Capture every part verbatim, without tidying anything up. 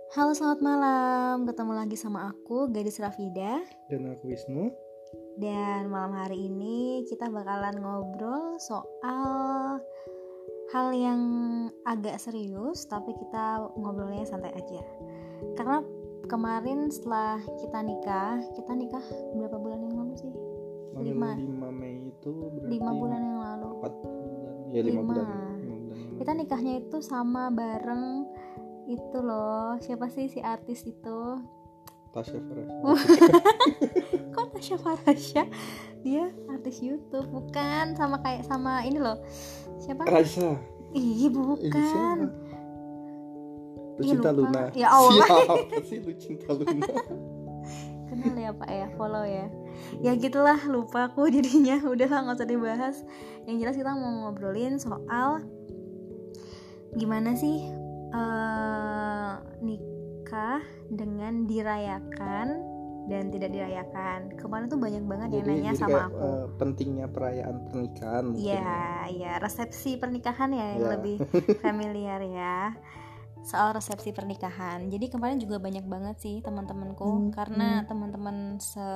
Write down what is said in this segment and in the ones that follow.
Halo, selamat malam. Ketemu lagi sama aku, Gadis Rafida. Dan aku Wisnu. Dan malam hari ini kita bakalan ngobrol soal hal yang agak serius, tapi kita ngobrolnya santai aja. Karena kemarin setelah kita nikah, kita nikah berapa bulan yang lalu sih? lima Mei itu berarti lima bulan yang lalu. empat bulan. Ya lima bulan. lima bulan. Kita nikahnya itu sama bareng itu loh, siapa sih si artis itu? Tasya Farasya. Kok Tasya Farasya? Dia artis YouTube, bukan? Sama kayak sama ini loh. Siapa? Raisa. Ih, bukan. Lucinta Luna. Ya Allah. Siapa sih Lucinta Luna? Kenal ya Pak ya, follow ya. Ya gitulah, lupa aku jadinya. Udahlah, nggak usah dibahas. Yang jelas kita mau ngobrolin soal gimana sih uh, nikah dengan dirayakan dan tidak dirayakan. Kemarin tuh banyak banget yang nanya jadi sama kayak, aku. Uh, pentingnya perayaan pernikahan. Iya, iya, resepsi pernikahan ya yang ya. lebih familiar ya. Soal resepsi pernikahan. Jadi kemarin juga banyak banget sih teman-temanku, hmm. karena teman-teman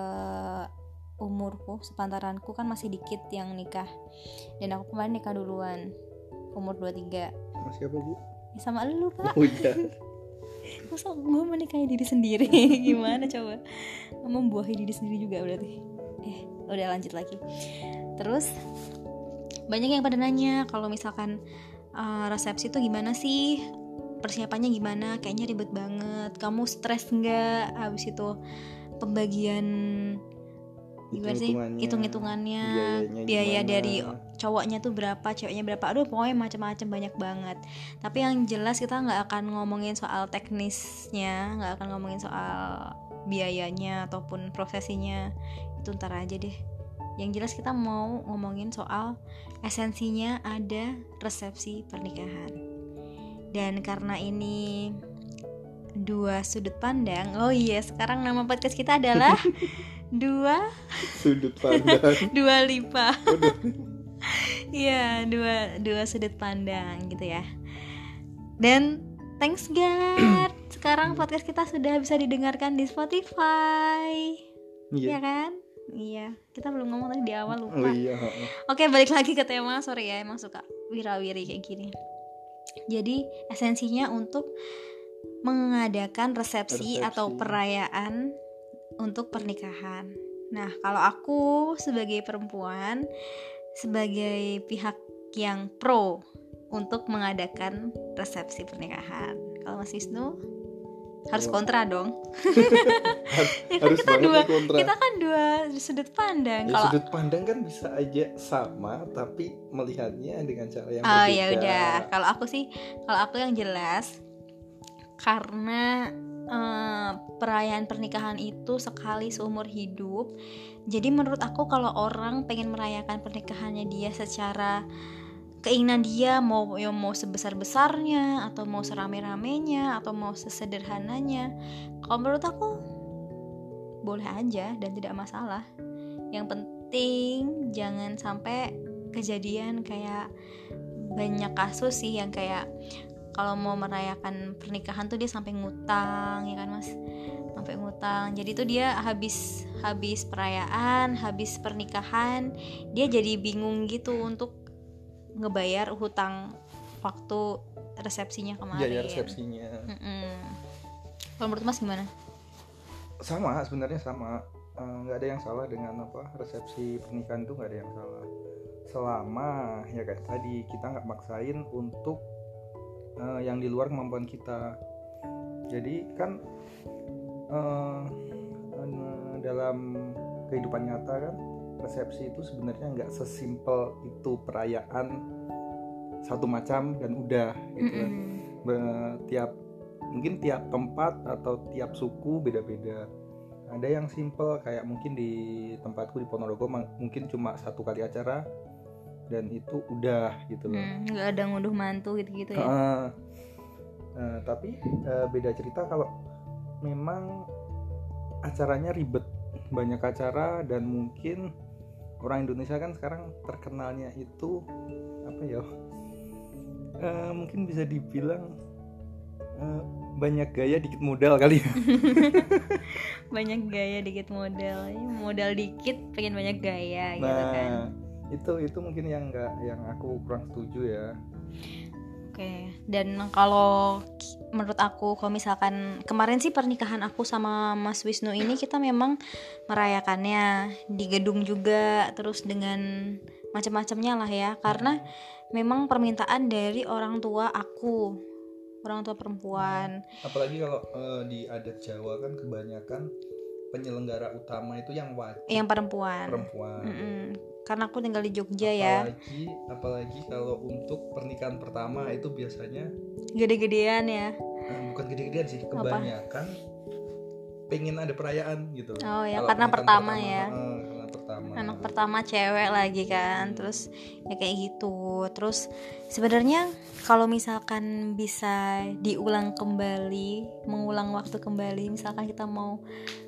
seumurku, sepantaranku kan masih dikit yang nikah. Dan aku kemarin nikah duluan, umur dua puluh tiga. Sama siapa, Bu? Ya, sama lu, Pak. Oh iya. Masa gue menikahi diri sendiri? Gimana coba? Membuahi diri sendiri juga berarti. Eh, udah lanjut lagi. Terus banyak yang pada nanya kalau misalkan uh, resepsi itu gimana sih? Persiapannya gimana? Kayaknya ribet banget. Kamu stres nggak? Habis itu pembagian gimana sih? Hitung-hitungannya, biaya gimana? Dari cowoknya tuh berapa, ceweknya berapa? Aduh, pokoknya macam-macam, banyak banget. Tapi yang jelas kita nggak akan ngomongin soal teknisnya, nggak akan ngomongin soal biayanya ataupun prosesinya. Itu ntar aja deh. Yang jelas kita mau ngomongin soal esensinya ada resepsi pernikahan. Dan karena ini dua sudut pandang, oh iya, sekarang nama podcast kita adalah dua sudut pandang. Dua Lipa. Iya, dua dua sudut pandang gitu ya. Dan thanks God, sekarang podcast kita sudah bisa didengarkan di Spotify. Iya yeah. kan? Iya, kita belum ngomong tadi di awal, lupa. Oh iya. Oke, balik lagi ke tema. Sorry ya, emang suka wirawiri kayak gini. Jadi esensinya untuk mengadakan resepsi, resepsi atau perayaan untuk pernikahan. Nah, kalau aku sebagai perempuan, sebagai pihak yang pro untuk mengadakan resepsi pernikahan. Kalau Mas Wisnu harus kontra dong. Ya kan harus kita dua, kontra. kita kan dua sudut pandang. Ya, kalau sudut pandang kan bisa aja sama, tapi melihatnya dengan cara yang oh, berbeda. Oh ya udah, kalau aku sih, kalau aku yang jelas, karena eh, perayaan pernikahan itu sekali seumur hidup. Jadi menurut aku kalau orang pengen merayakan pernikahannya dia secara keinginan dia, mau ya mau sebesar-besarnya atau mau serame-ramenya atau mau sesederhananya, kalau menurut aku boleh aja dan tidak masalah. Yang penting jangan sampai kejadian kayak banyak kasus sih yang kayak kalau mau merayakan pernikahan tuh dia sampai ngutang, ya kan Mas? Sampai ngutang. Jadi tuh dia habis habis perayaan, habis pernikahan, dia jadi bingung gitu untuk ngebayar hutang waktu resepsinya kemarin. Iya, ya, resepsinya. Kalau menurut Mas gimana? Sama, sebenarnya sama. Nggak uh, ada yang salah dengan apa resepsi pernikahan itu, nggak ada yang salah. Selama ya kayak tadi kita nggak maksain untuk uh, yang di luar kemampuan kita. Jadi kan uh, uh, dalam kehidupan nyata kan, resepsi itu sebenarnya nggak sesimpel itu perayaan satu macam dan udah gitu kan. Tiap mungkin tiap tempat atau tiap suku beda-beda. Ada yang simple kayak mungkin di tempatku di Ponorogo mungkin cuma satu kali acara dan itu udah gitu loh. Hmm, nggak ada ngunduh mantu gitu-gitu ya. Uh, uh, tapi uh, beda cerita kalau memang acaranya ribet, banyak acara dan mungkin orang Indonesia kan sekarang terkenalnya itu apa ya? Uh, mungkin bisa dibilang uh, banyak gaya dikit modal kali ya. Banyak gaya dikit modal, modal dikit pengen banyak gaya Nah, gitu kan. itu itu mungkin yang nggak yang aku kurang setuju ya. Oke, dan kalau menurut aku kalau misalkan kemarin sih pernikahan aku sama Mas Wisnu ini kita memang merayakannya di gedung juga, terus dengan macam-macamnya lah ya, karena memang permintaan dari orang tua aku, orang tua perempuan. Apalagi kalau eh, di adat Jawa kan kebanyakan penyelenggara utama itu yang wajib Yang perempuan. perempuan. Mm-mm. Karena aku tinggal di Jogja ya. Apalagi apalagi kalau untuk pernikahan pertama itu biasanya Gede-gedean ya. eh, bukan gede-gedean sih, kebanyakan pengen ada perayaan gitu. Oh ya, Kalau karena pernikahan pertama ya. eh, karena pertama. Anak pertama cewek lagi kan, terus ya kayak gitu. Terus sebenarnya kalau misalkan bisa diulang kembali, mengulang waktu kembali, misalkan kita mau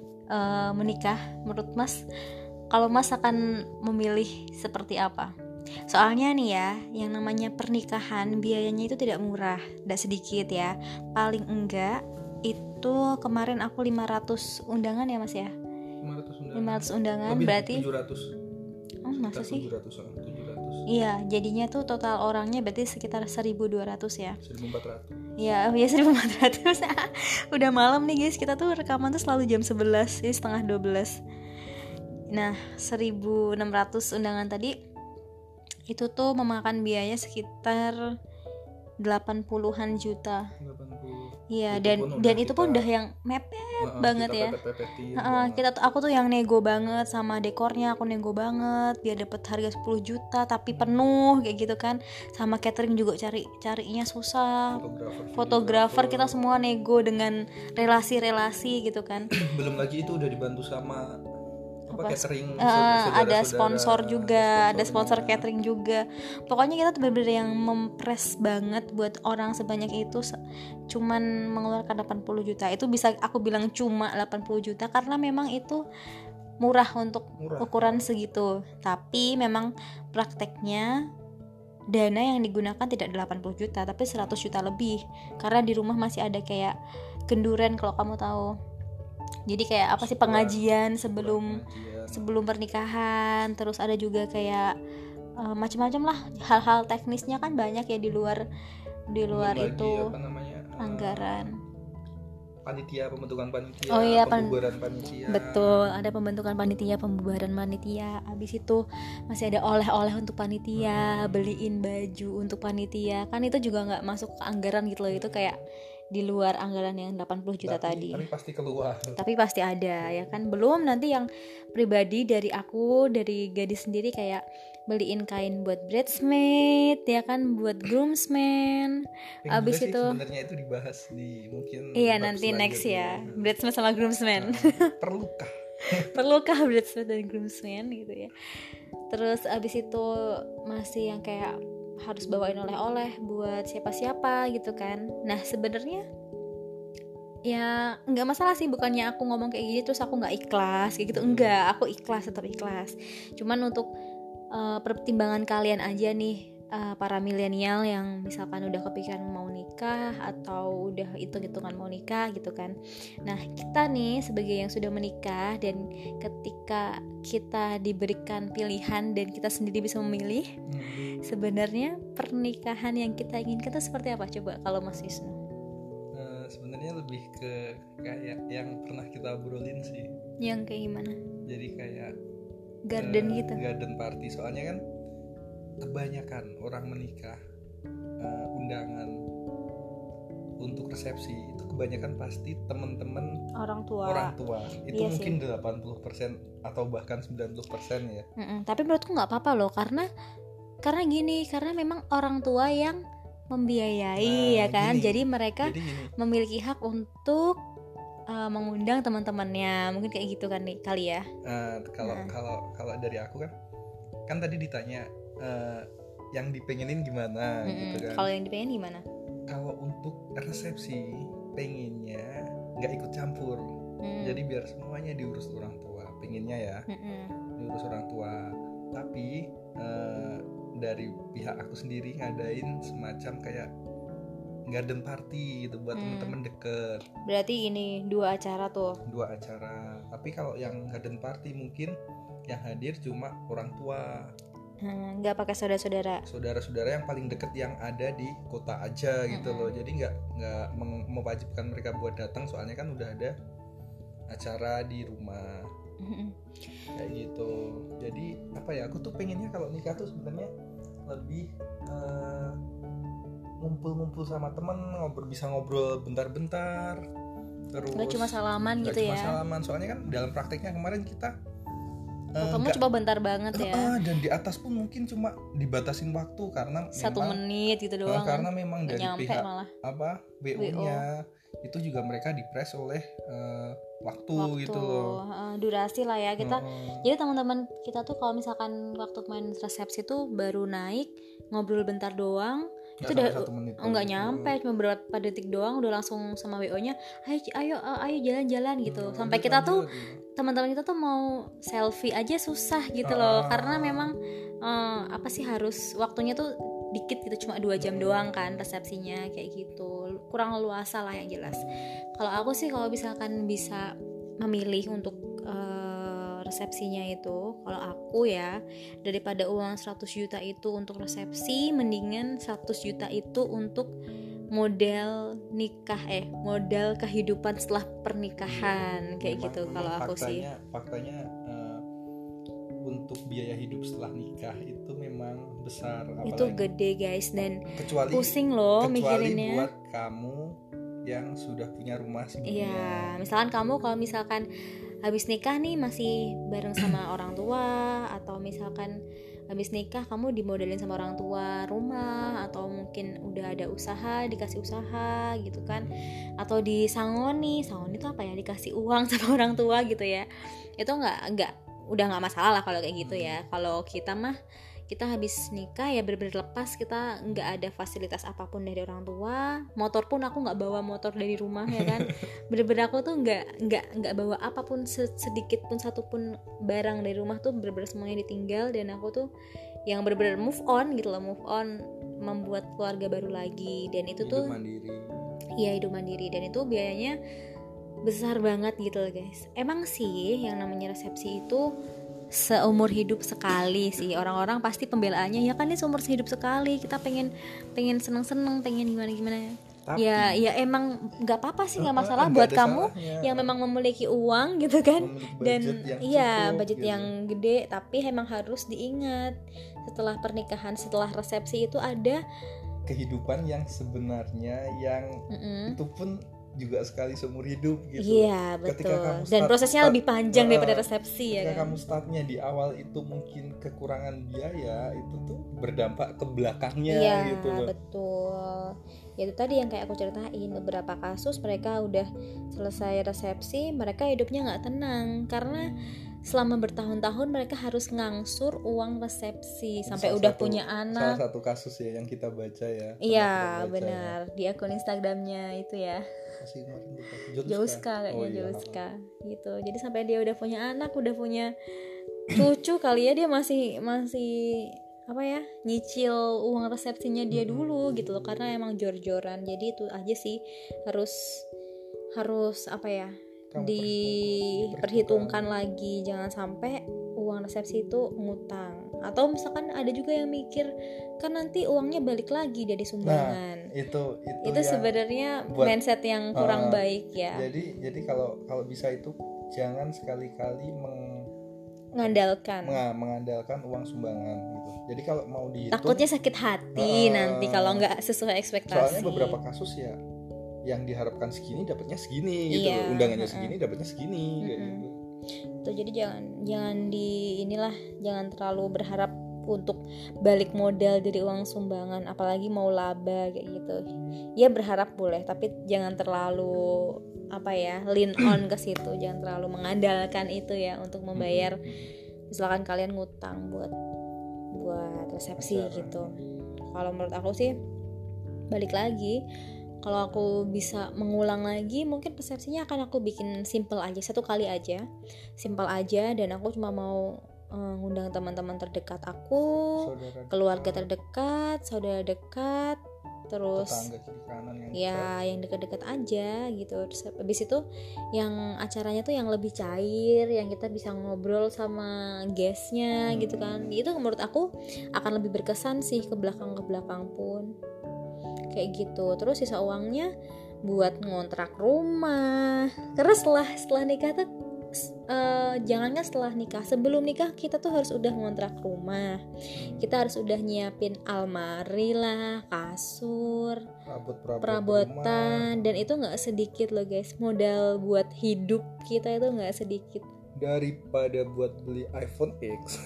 uh, menikah, menurut Mas, kalau Mas akan memilih seperti apa? Soalnya nih ya, yang namanya pernikahan biayanya itu tidak murah, tidak sedikit ya. Paling enggak itu kemarin aku lima ratus undangan ya Mas ya. lima ratus undangan. lima ratus undangan Lebih, berarti tujuh ratus. Oh, masa sih? tujuh ratus, tujuh ratus. Iya, jadinya tuh total orangnya berarti sekitar seribu dua ratus ya. seribu empat ratus. Iya, ya seribu empat ratus. Udah malam nih guys, kita tuh rekaman tuh selalu jam sebelas, jadi setengah dua belas. Nah, seribu enam ratus undangan tadi itu tuh memakan biaya sekitar delapan puluhan juta. delapan puluh. Iya, Itu dan pun dan udah itu pun kita- udah yang mepet Heeh, banget kita ya. pepet-pepetin Heeh, banget. kita tuh aku tuh yang nego banget sama dekornya, aku nego banget biar dapat harga sepuluh juta tapi penuh kayak gitu kan. Sama catering juga cari carinya susah. Fotografer, Fotografer videografer. kita semua nego dengan relasi-relasi gitu kan. Belum lagi itu udah dibantu sama apa, Apa, catering Eh, saudara-saudara, ada sponsor juga, ada sponsor sponsornya. catering juga. Pokoknya kita tuh bener-bener yang mempres banget buat orang sebanyak itu se- cuman mengeluarkan delapan puluh juta. Itu bisa aku bilang cuma delapan puluh juta karena memang itu murah untuk Murah. ukuran segitu. Tapi memang prakteknya dana yang digunakan tidak delapan puluh juta tapi seratus juta lebih. Karena di rumah masih ada kayak genduren kalau kamu tahu. Jadi kayak apa sih, pengajian sebelum Pengajian. sebelum pernikahan, terus ada juga kayak uh, macam-macam lah, hal-hal teknisnya kan banyak ya di luar di luar Belum lagi, itu apa namanya, eh, anggaran. panitia, pembentukan panitia, Oh iya, pan- pembubaran panitia. Betul, ada pembentukan panitia, pembubaran panitia. Habis itu masih ada oleh-oleh untuk panitia, beliin baju untuk panitia. Kan itu juga nggak masuk ke anggaran gitu loh, itu kayak di luar anggaran yang delapan puluh juta tapi, tadi. Tapi pasti keluar. Tapi pasti ada ya kan. Belum nanti yang pribadi dari aku, dari gadis sendiri, kayak beliin kain buat bridesmaid ya kan, buat groomsmen. Yang Abis juga sih itu sebenarnya itu dibahas di mungkin iya bab nanti next ya, selanjutnya. bridesmaid sama groomsmen. Nah, perlukah? Perlukah bridesmaid dan groomsmen gitu ya. Terus abis itu masih yang kayak harus bawain oleh-oleh buat siapa-siapa gitu kan. Nah sebenarnya ya nggak masalah sih, bukannya aku ngomong kayak gini terus aku nggak ikhlas kayak gitu, enggak, aku ikhlas, tetap ikhlas. Cuman untuk uh, pertimbangan kalian aja nih, uh, para milenial yang misalkan udah kepikiran mau nikah atau udah hitung-hitungan mau nikah gitu kan. Nah kita nih sebagai yang sudah menikah, dan ketika kita diberikan pilihan dan kita sendiri bisa memilih, Hmm. sebenarnya pernikahan yang kita inginkan itu seperti apa coba kalau Mas Wisnu? Nah, sebenarnya lebih ke kayak yang pernah kita obrolin sih. Yang kayak gimana? Jadi kayak Garden eh, gitu. garden party. Soalnya kan kebanyakan orang menikah, eh, undangan untuk resepsi itu kebanyakan pasti teman-teman Orang tua. orang tua. Itu Iya mungkin sih. delapan puluh persen atau bahkan sembilan puluh persen ya. Mm-mm. Tapi menurutku nggak apa-apa loh, karena karena gini, karena memang orang tua yang membiayai Nah, ya kan. gini. Jadi mereka Jadi gini, memiliki hak untuk uh, mengundang teman-temannya, mungkin kayak gitu kan nih kali ya. eh, kalau Nah. kalau kalau dari aku kan kan tadi ditanya eh, yang dipengenin gimana Mm-mm. gitu kan. Kalau yang dipengen gimana? Kalau untuk resepsi pengennya nggak ikut campur. Mm. Jadi biar semuanya diurus orang tua, pengennya ya Mm-mm. diurus orang tua. Tapi eh, dari pihak aku sendiri ngadain semacam kayak garden party gitu buat Hmm. teman-teman deket. Berarti ini dua acara tuh. Dua acara. Tapi kalau yang garden party mungkin yang hadir cuma orang tua, Hmm, nggak pakai saudara-saudara. saudara-saudara yang paling deket yang ada di kota aja gitu Mm-mm. loh. Jadi nggak nggak meng- mewajibkan mereka buat datang, soalnya kan udah ada acara di rumah Mm-mm. kayak gitu. Jadi apa ya, aku tuh pengennya kalau nikah tuh sebenarnya lebih eh, ngumpul-ngumpul sama temen, ngobrol, bisa ngobrol bentar-bentar, terus Nggak cuma salaman nggak gitu cuma ya. salaman. Soalnya kan dalam prakteknya kemarin kita eh, Kamu nggak- coba bentar banget ya. eh, dan di atas pun mungkin cuma dibatasin waktu karena Satu memang menit gitu eh, doang. karena memang Nggak dari nyampe pihak malah. apa W O-nya itu juga mereka dipres oleh eh, waktu, Waktu, gitu loh. eh, durasi lah ya kita. Heeh. Jadi teman-teman kita tuh kalau misalkan waktu main resepsi tuh baru naik ngobrol bentar doang, Nggak itu sampai udah satu menit oh, nggak tuh. nyampe, cuma beberapa detik doang udah langsung sama W O-nya, ayo ayo eh, ayo jalan-jalan gitu. Hmm, Sampai lanjut, kita tuh lanjut, gitu. teman-teman kita tuh mau selfie aja susah gitu Ah. loh, karena memang eh, apa sih harus waktunya tuh dikit gitu, cuma dua jam doang kan resepsinya kayak gitu, kurang leluasa lah yang jelas. Kalau aku sih kalau misalkan bisa memilih untuk eh, resepsinya itu, kalau aku ya daripada uang seratus juta itu untuk resepsi, mendingan seratus juta itu untuk model nikah eh model kehidupan setelah pernikahan kayak Memang- gitu memang kalau aku sih. faktanya, faktanya eh, untuk biaya hidup setelah nikah itu memang besar, Itu apalagi gede guys, dan kecuali pusing loh kecuali mikirinnya. buat kamu yang sudah punya rumah sendiri. Iya, misalkan kamu kalau misalkan habis nikah nih masih bareng sama orang tua, atau misalkan habis nikah kamu dimodelin sama orang tua rumah, atau mungkin udah ada usaha dikasih usaha gitu kan, atau disangoni, sangoni itu apa ya, dikasih uang sama orang tua gitu ya, itu nggak nggak udah nggak masalah lah kalau kayak gitu ya. Kalau kita mah kita habis nikah ya bener-bener lepas, kita nggak ada fasilitas apapun dari orang tua, motor pun aku nggak bawa motor dari rumah ya kan, bener-bener aku tuh nggak nggak nggak bawa apapun sedikit pun satu pun barang dari rumah tuh, bener-bener semuanya ditinggal, dan aku tuh yang bener-bener move on gitu loh, move on, membuat keluarga baru lagi, dan itu Hidup tuh mandiri. iya hidup mandiri, dan itu biayanya besar banget gitu loh guys. Emang sih yang namanya resepsi itu seumur hidup sekali sih, orang-orang pasti pembelaannya ya kan ini seumur hidup sekali, kita pengen pengen seneng-seneng, pengen gimana-gimana. Tapi- ya ya emang nggak apa-apa sih, nggak Uh-uh, masalah nggak buat ada kamu salahnya. yang memang memiliki uang gitu kan, Memiliki dan budget yang iya cukup, budget gitu. yang gede, tapi emang harus diingat setelah pernikahan, setelah resepsi itu ada kehidupan yang sebenarnya yang mm-mm. itu pun juga sekali seumur hidup gitu. Iya Ketika betul, kamu dan start- prosesnya start- lebih panjang uh, daripada resepsi ya Ketika kan. kamu startnya di awal itu mungkin kekurangan biaya, itu tuh berdampak ke belakangnya Iya gitu loh. betul. Ya itu tadi yang kayak aku ceritain, beberapa kasus mereka udah selesai resepsi, mereka hidupnya nggak tenang karena selama bertahun-tahun mereka harus ngangsur uang resepsi Itu sampai salah udah satu- punya Salah anak. satu kasus ya yang kita baca ya. pernah Iya kita baca benar, di akun Instagramnya itu ya, ya. Masih kemarin lupa. Joduska. Jauska kayaknya, Oh, iya. Jauska gitu. Jadi sampai dia udah punya anak, udah punya cucu kali ya, dia masih masih apa ya, nyicil uang resepsinya dia dulu gitu loh, karena emang jor-joran. Jadi itu aja sih, harus harus apa ya, Kamu diperhitungkan lagi, jangan sampai uang resepsi itu ngutang. Atau misalkan ada juga yang mikir kan nanti uangnya balik lagi dari sumbangan. Nah, itu itu, itu yang sebenarnya buat- mindset yang kurang uh, baik ya. Jadi jadi kalau kalau bisa itu jangan sekali-kali meng, Mengandalkan. menga- mengandalkan uang sumbangan gitu. Jadi kalau mau dihitung, Takutnya sakit hati Uh, nanti kalau nggak sesuai ekspektasi. soalnya beberapa kasus ya yang diharapkan segini dapatnya segini gitu Iya, loh. Undangannya uh-uh. segini dapatnya segini kayak Mm-mm. gitu. Tuh, jadi jangan jangan di inilah, jangan terlalu berharap untuk balik modal dari uang sumbangan, apalagi mau laba kayak gitu. Ya berharap boleh, tapi jangan terlalu apa ya, lean on ke situ, jangan terlalu mengandalkan itu ya untuk membayar. Misalkan kalian ngutang buat buat resepsi Acara. gitu. Kalau menurut aku sih balik lagi, kalau aku bisa mengulang lagi, mungkin resepsinya akan aku bikin simple aja, satu kali aja, simple aja, dan aku cuma mau uh, ngundang teman-teman terdekat aku, Saudara keluarga terdekat, saudara dekat, terus tetangga kiri kanan yang ya dekat. yang dekat-dekat aja gitu. Terus habis itu yang acaranya tuh yang lebih cair, yang kita bisa ngobrol sama guestnya Hmm. gitu kan. Itu menurut aku akan lebih berkesan sih ke belakang ke belakang pun kayak gitu. Terus sisa uangnya buat ngontrak rumah, karena setelah setelah nikah tuh Uh, jangankan setelah nikah, sebelum nikah kita tuh harus udah ngontrak rumah, kita harus udah nyiapin almari lah, kasur, Perabot-perabot perabotan, rumah. dan itu nggak sedikit loh guys, modal buat hidup kita itu nggak sedikit. Daripada buat beli iPhone X.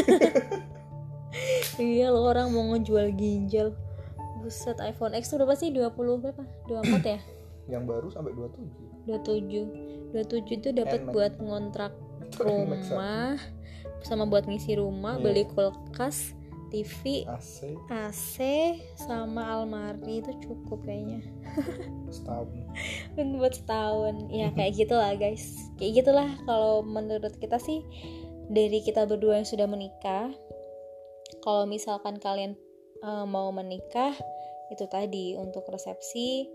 Iya loh, orang mau ngejual ginjal, buset. iPhone X tuh berapa sih, dua puluh berapa, dua puluh empat ya? Yang baru sampai dua puluh tujuh. dua puluh tujuh dua puluh tujuh itu dapat N-Max. buat ngontrak rumah sama buat ngisi rumah, Iya. beli kulkas, T V, A C A C sama almari itu cukup kayaknya setahun. buat setahun ya. Kayak gitulah guys, kayak gitulah kalau menurut kita sih dari kita berdua yang sudah menikah. Kalau misalkan kalian uh, mau menikah, itu tadi untuk resepsi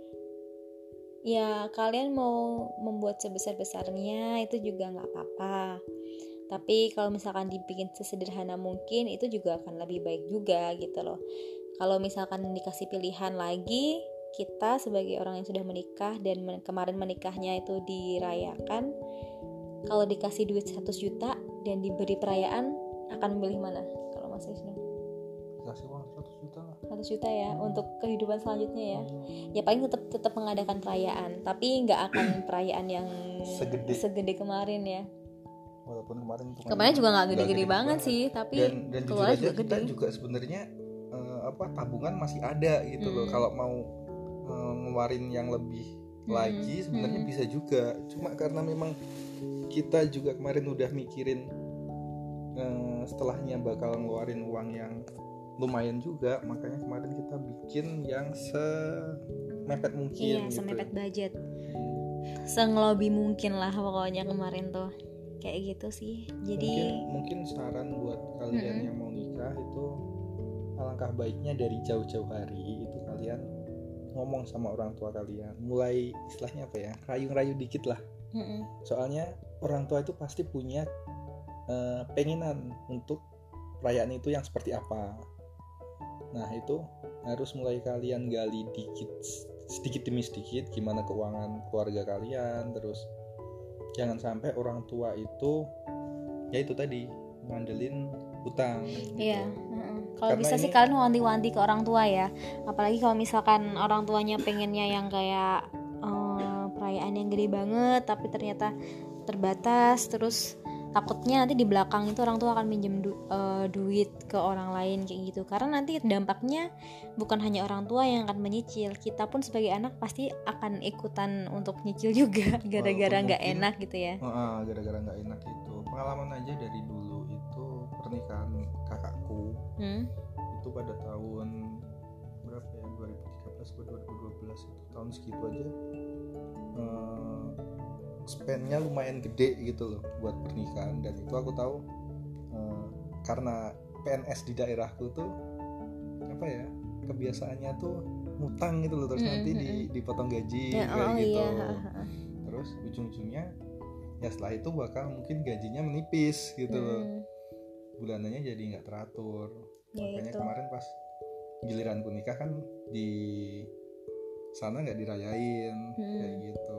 ya kalian mau membuat sebesar-besarnya itu juga nggak apa-apa, tapi kalau misalkan dibikin sesederhana mungkin itu juga akan lebih baik juga gitu loh. Kalau misalkan dikasih pilihan lagi, kita sebagai orang yang sudah menikah dan men- kemarin menikahnya itu dirayakan, kalau dikasih duit seratus juta dan diberi perayaan, akan memilih mana kalau Mas Wisnu? Kasih uang seratus juta lah. seratus juta ya untuk kehidupan selanjutnya ya. Ya paling tetap tetap mengadakan perayaan, tapi nggak akan perayaan yang Segede. segede kemarin ya. Walaupun kemarin Kemarin juga nggak gede-gede banget sih, tapi dan dan jujur keluar aja juga kita gede. juga sebenarnya eh, apa tabungan masih ada gitu loh. Hmm. Kalau mau eh, ngeluarin yang lebih Hmm. lagi sebenarnya Hmm. bisa juga. Cuma karena memang kita juga kemarin udah mikirin eh, setelahnya bakal ngeluarin uang yang lumayan juga, makanya kemarin kita bikin yang semepet mungkin. Iya, gitu. semepet budget, sengelobi mungkin lah pokoknya kemarin tuh kayak gitu sih. Jadi mungkin, mungkin saran buat kalian Mm-mm. yang mau nikah itu alangkah baiknya dari jauh-jauh hari itu kalian ngomong sama orang tua kalian, mulai istilahnya apa ya, rayu-rayu dikit lah. mm-mm. Soalnya orang tua itu pasti punya uh, pengenan untuk perayaan itu yang seperti apa. Nah itu harus mulai kalian gali dikit, sedikit demi sedikit gimana keuangan keluarga kalian. Terus jangan sampai orang tua itu ya itu tadi ngandelin hutang gitu. Iya. mm-mm. Kalau Karena bisa sih ini- kalian wanti-wanti ke orang tua ya. Apalagi kalau misalkan orang tuanya pengennya yang kayak eh, perayaan yang gede banget, tapi ternyata terbatas. Terus takutnya nanti di belakang itu orang tua akan minjem du- eh, duit ke orang lain kayak gitu. Karena nanti dampaknya bukan hanya orang tua yang akan menyicil, kita pun sebagai anak pasti akan ikutan untuk nyicil juga gara-gara nggak mungkin- enak gitu ya. Heeh, gara-gara nggak enak itu. Pengalaman aja dari dulu itu pernikahan kakakku Hmm? itu pada tahun berapa ya, dua ribu tiga belas atau dua ribu dua belas itu tahun segitu aja eh, spendnya lumayan gede gitu loh buat pernikahan. Dan itu aku tahu eh, karena P N S di daerahku tuh apa ya, kebiasaannya tuh ngutang gitu loh, terus Mm-mm, nanti di, mm-mm. dipotong gaji Ya, kayak oh gitu. iya. ha-ha. Terus ujung-ujungnya ya setelah itu bakal mungkin gajinya menipis gitu loh, Hmm, bulanannya jadi nggak teratur. ya Makanya itu. kemarin pas giliranku nikah kan di sana nggak dirayain Hmm. kayak gitu.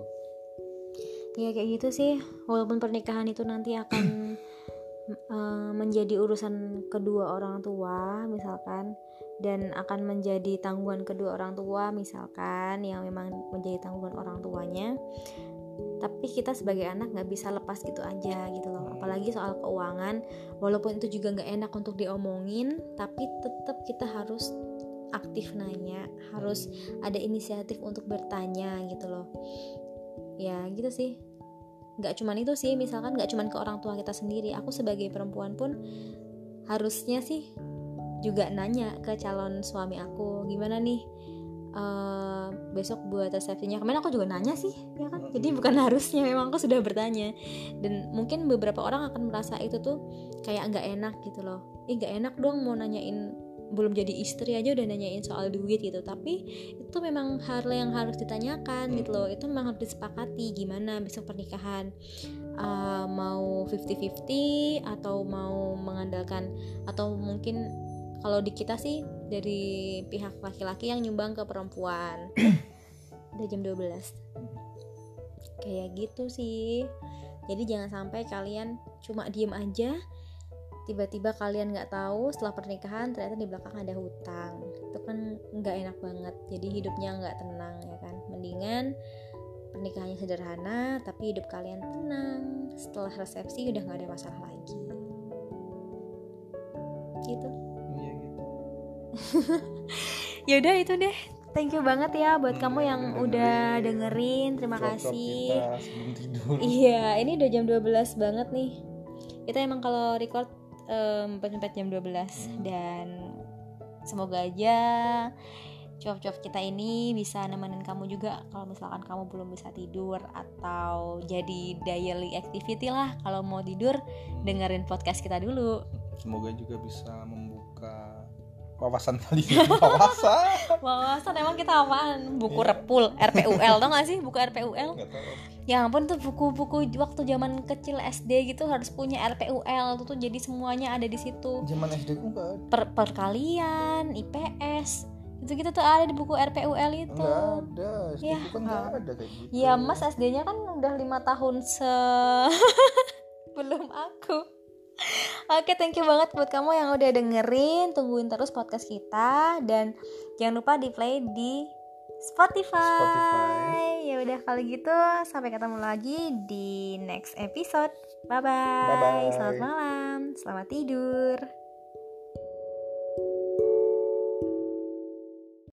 Ya kayak gitu sih, walaupun pernikahan itu nanti akan eh, menjadi urusan kedua orang tua misalkan, dan akan menjadi tanggungan kedua orang tua misalkan, yang memang menjadi tanggungan orang tuanya, tapi kita sebagai anak nggak bisa lepas gitu aja gitu loh. Apalagi soal keuangan, walaupun itu juga nggak enak untuk diomongin, tapi tetap kita harus aktif nanya, harus ada inisiatif untuk bertanya gitu loh. Ya gitu sih. Nggak cuman itu sih, misalkan nggak cuman ke orang tua kita sendiri, aku sebagai perempuan pun harusnya sih juga nanya ke calon suami aku, gimana nih uh, besok buat resepsinya. Kemarin aku juga nanya sih ya kan, jadi bukan harusnya, memang aku sudah bertanya. Dan mungkin beberapa orang akan merasa itu tuh kayak nggak enak gitu loh, ih nggak enak dong mau nanyain belum jadi istri aja udah nanyain soal duit gitu. Tapi itu memang hal yang harus ditanyakan gitu loh. Itu memang harus disepakati gimana besok pernikahan, uh, mau fifty fifty atau mau mengandalkan, atau mungkin kalau di kita sih dari pihak laki-laki yang nyumbang ke perempuan. Udah jam dua belas. Kayak gitu sih. Jadi jangan sampai kalian cuma diem aja, tiba-tiba kalian nggak tahu setelah pernikahan ternyata di belakang ada hutang. Itu kan nggak enak banget. Jadi hidupnya nggak tenang ya kan. Mendingan pernikahannya sederhana tapi hidup kalian tenang. Setelah resepsi udah nggak ada masalah lagi. Gitu. Iya gitu. Yaudah itu deh. Thank you banget ya buat Hmm, kamu yang dengerin. udah dengerin. Terima Vlog-vlog kasih. kita sebelum tidur. Iya, ini udah jam dua belas banget nih. Kita emang kalau record um, sampai jam dua belas. Hmm. Dan semoga aja cuap-cuap kita ini bisa nemenin kamu juga kalau misalkan kamu belum bisa tidur, atau jadi daily activity lah kalau mau tidur dengerin podcast kita dulu. Semoga juga bisa membuka wawasan kalian. Wawasan. Wawasan emang kita apaan? Buku repul, R P U L, tau gak sih buku R P U L? Nggak tahu. Ya ampun tuh buku-buku waktu zaman kecil S D gitu harus punya R P U L tuh, tuh jadi semuanya ada di situ. Zaman S D ku nggak ada. Per perkalian, I P S, itu gitu tuh ada di buku R P U L itu. Nggak ada. S D Ya, ku kan nggak ada kayak gitu. Ya Mas S D-nya kan udah lima tahun se belum aku. Oke, thank you banget buat kamu yang udah dengerin. Tungguin terus podcast kita dan jangan lupa di play di Spotify. Spotify. Ya udah kalau gitu sampai ketemu lagi di next episode. Bye bye. Bye-bye. Selamat malam. Selamat tidur.